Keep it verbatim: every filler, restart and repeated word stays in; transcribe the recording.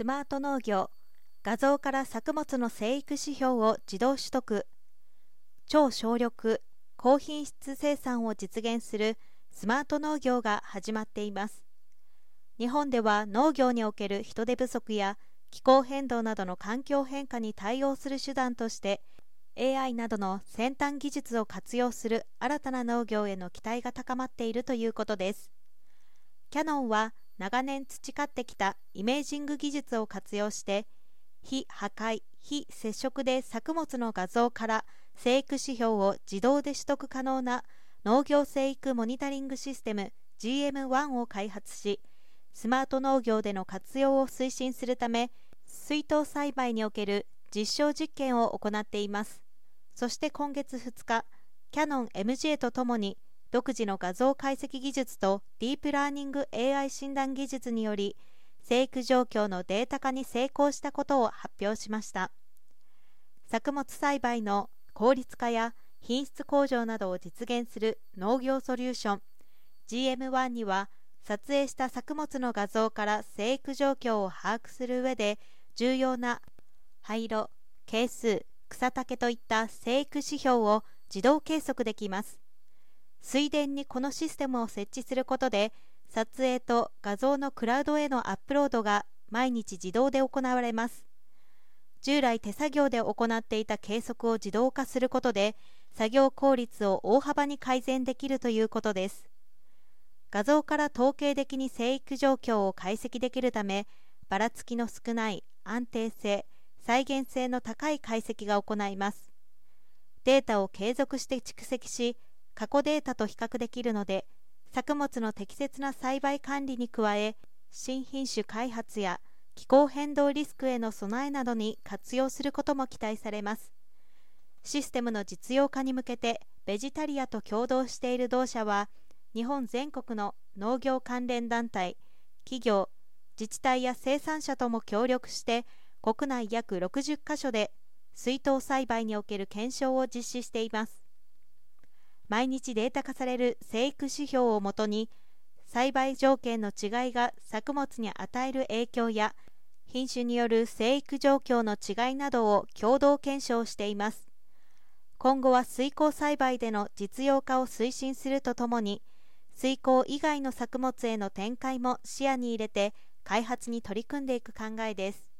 スマート農業、画像から作物の生育指標を自動取得、超省力、高品質生産を実現するスマート農業が始まっています。日本では農業における人手不足や気候変動などの環境変化に対応する手段として、エーアイ などの先端技術を活用する新たな農業への期待が高まっているということです。キヤノンは長年培ってきたイメージング技術を活用して、非破壊・非接触で作物の画像から生育指標を自動で取得可能な農業生育モニタリングシステム ジーエムワン を開発し、スマート農業での活用を推進するため、水耕栽培における実証実験を行っています。そして今月ふつか、キヤノン エムジェー とともに独自の画像解析技術とディープラーニング エーアイ 診断技術により、生育状況のデータ化に成功したことを発表しました。作物栽培の効率化や品質向上などを実現する農業ソリューション ジーエムワン には、撮影した作物の画像から生育状況を把握する上で重要な葉色、係数、草丈といった生育指標を自動計測できます。水田にこのシステムを設置することで、撮影と画像のクラウドへのアップロードが毎日自動で行われます。従来手作業で行っていた計測を自動化することで、作業効率を大幅に改善できるということです。画像から統計的に生育状況を解析できるため、ばらつきの少ない安定性、再現性の高い解析が行います。データを継続して蓄積し、過去データと比較できるので、作物の適切な栽培管理に加え、新品種開発や気候変動リスクへの備えなどに活用することも期待されます。システムの実用化に向けて、ベジタリアと共同している同社は、日本全国の農業関連団体、企業、自治体や生産者とも協力して、国内約ろくじゅっかしょで水耕栽培における検証を実施しています。毎日データ化される生育指標をもとに、栽培条件の違いが作物に与える影響や、品種による生育状況の違いなどを共同検証しています。今後は水耕栽培での実用化を推進するとともに、水耕以外の作物への展開も視野に入れて開発に取り組んでいく考えです。